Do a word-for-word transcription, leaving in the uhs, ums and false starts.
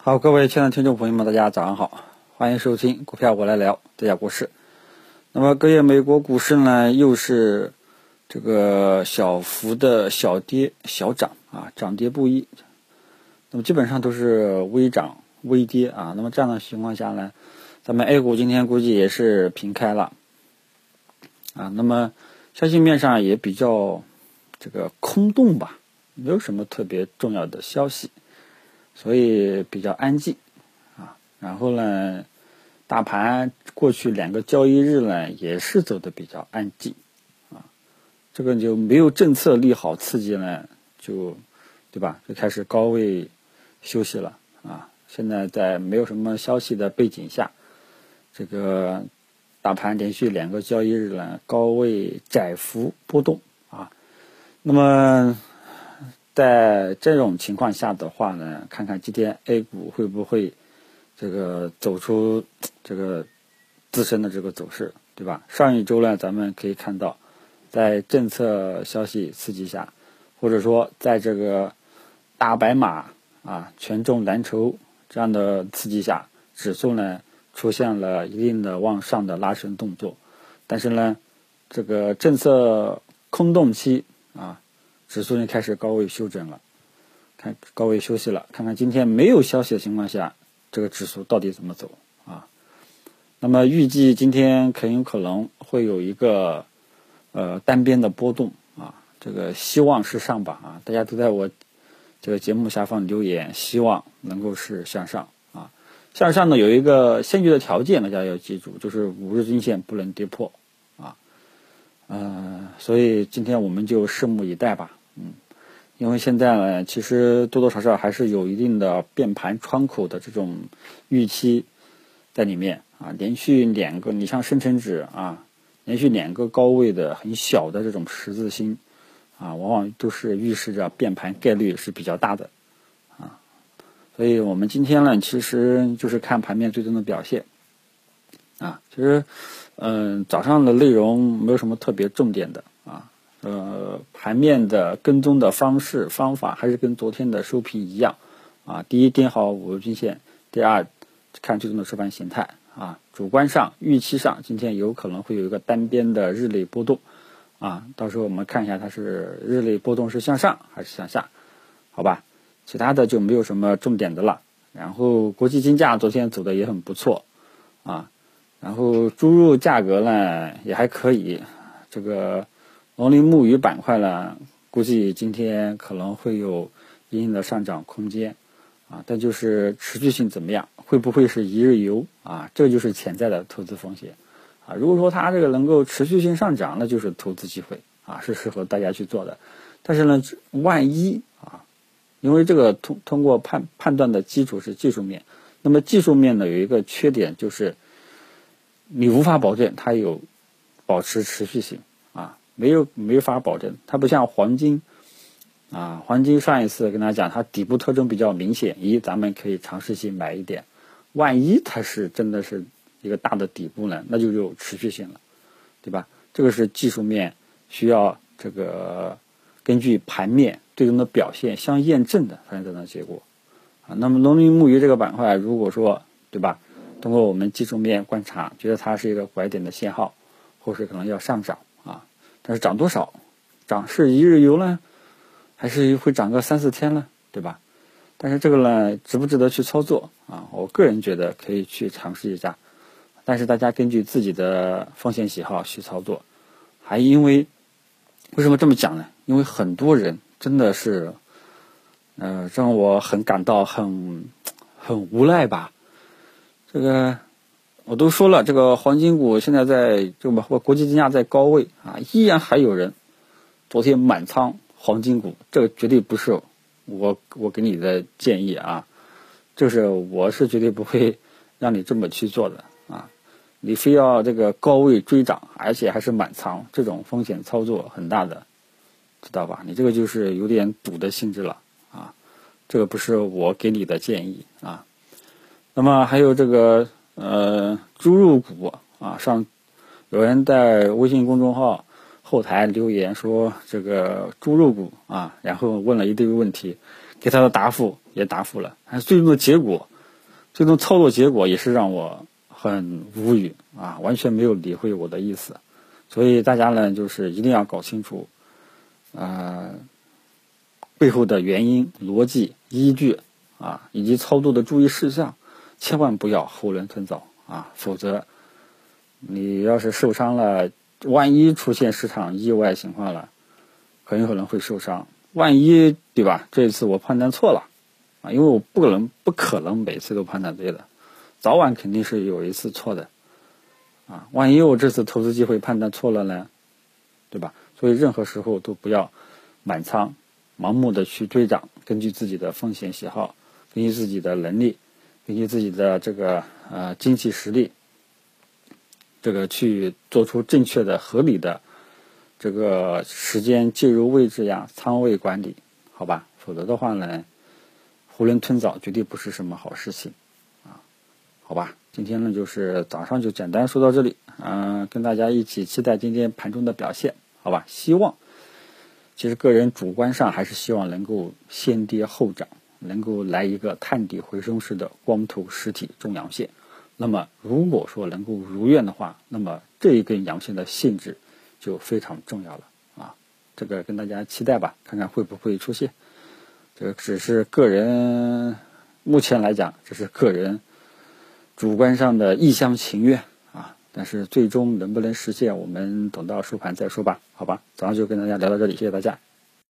好，各位亲爱的听众朋友们，大家早上好，欢迎收听股票我来聊，这家股市。那么隔夜美国股市呢，又是这个小幅的小跌小涨啊，涨跌不一。那么基本上都是微涨微跌啊。那么这样的情况下呢，咱们 A 股今天估计也是平开了啊。那么消息面上也比较这个空洞吧，没有什么特别重要的消息。所以比较安静啊，然后呢，大盘过去两个交易日呢也是走的比较安静啊，这个就没有政策利好刺激呢，就对吧？就开始高位休息了啊。现在在没有什么消息的背景下，这个大盘连续两个交易日呢高位窄幅波动啊，那么。在这种情况下的话呢，看看今天 A 股会不会这个走出这个自身的这个走势，对吧？上一周呢，咱们可以看到，在政策消息刺激下，或者说在这个大白马啊、权重蓝筹这样的刺激下，指数呢出现了一定的往上的拉升动作，但是呢，这个政策空洞期啊。指数呢开始高位修整了，看高位休息了，看看今天没有消息的情况下，这个指数到底怎么走啊？那么预计今天很有可能会有一个呃单边的波动啊，这个希望是上吧啊，大家都在我这个节目下方留言，希望能够是向上啊。向上呢有一个先决的条件，大家要记住，就是五日均线不能跌破啊。呃，所以今天我们就拭目以待吧。嗯，因为现在呢，其实多多少少还是有一定的变盘窗口的这种预期在里面啊。连续两个，你像深成指啊，连续两个高位的很小的这种十字星啊，往往都是预示着变盘概率是比较大的啊。所以我们今天呢，其实就是看盘面最终的表现啊。其实，嗯、呃，早上的内容没有什么特别重点的啊。呃，盘面的跟踪的方式方法还是跟昨天的收评一样啊。第一，盯好五日均线；第二，看最终的收盘形态啊。主观上、预期上，今天有可能会有一个单边的日内波动啊。到时候我们看一下它是日内波动是向上还是向下，好吧？其他的就没有什么重点的了。然后国际金价昨天走的也很不错啊。然后猪肉价格呢也还可以，这个。农林牧渔板块呢，估计今天可能会有一定的上涨空间啊，但就是持续性怎么样，会不会是一日游啊？这就是潜在的投资风险啊。如果说它这个能够持续性上涨，那就是投资机会啊，是适合大家去做的。但是呢，万一啊，因为这个通通过判判断的基础是技术面，那么技术面呢有一个缺点就是你无法保证它有保持持续性。没有没法保证，它不像黄金啊，黄金上一次跟大家讲，它底部特征比较明显，咦，咱们可以尝试性买一点。万一它是真的是一个大的底部呢，那就有持续性了，对吧？这个是技术面需要这个根据盘面最终的表现相验证的才能得到结果啊。那么农林牧渔这个板块，如果说对吧，通过我们技术面观察，觉得它是一个拐点的信号，或是可能要上涨。但是涨多少？涨是一日游呢，还是会涨个三四天呢？对吧？但是这个呢，值不值得去操作啊？我个人觉得可以去尝试一下，但是大家根据自己的风险喜好去操作。还因为为什么这么讲呢？因为很多人真的是，呃，让我很感到很很无奈吧。这个。我都说了，这个黄金股现在在这个国际金价在高位啊，依然还有人昨天满仓黄金股，这个绝对不是我我给你的建议啊，就是我是绝对不会让你这么去做的啊，你非要这个高位追涨，而且还是满仓，这种风险操作很大的，知道吧？你这个就是有点赌的性质了啊，这个不是我给你的建议啊。那么还有这个。呃，猪肉股啊，上有人在微信公众号后台留言说这个猪肉股啊，然后问了一堆问题，给他的答复也答复了，最终的结果这种操作结果也是让我很无语啊，完全没有理会我的意思。所以大家呢，就是一定要搞清楚，呃，背后的原因、逻辑、依据啊，以及操作的注意事项，千万不要囫囵吞枣啊，否则你要是受伤了，万一出现市场意外情况了，很有可能会受伤。万一对吧？这一次我判断错了啊，因为我不可能不可能每次都判断对的，早晚肯定是有一次错的啊。万一我这次投资机会判断错了呢，对吧？所以任何时候都不要满仓，盲目的去追涨，根据自己的风险喜好，根据自己的能力，根据自己的这个呃经济实力，这个去做出正确的、合理的这个时间介入位置呀、仓位管理，好吧？否则的话呢，囫囵吞枣绝对不是什么好事情啊，好吧？今天呢就是早上就简单说到这里，嗯、呃，跟大家一起期待今天盘中的表现，好吧？希望，其实个人主观上还是希望能够先跌后涨，能够来一个探底回升式的光头实体中阳线。那么如果说能够如愿的话，那么这一根阳线的性质就非常重要了啊！这个跟大家期待吧，看看会不会出现。这个只是个人，目前来讲，这是个人主观上的一厢情愿啊。但是最终能不能实现，我们等到收盘再说吧，好吧？早上就跟大家聊到这里，谢谢大家。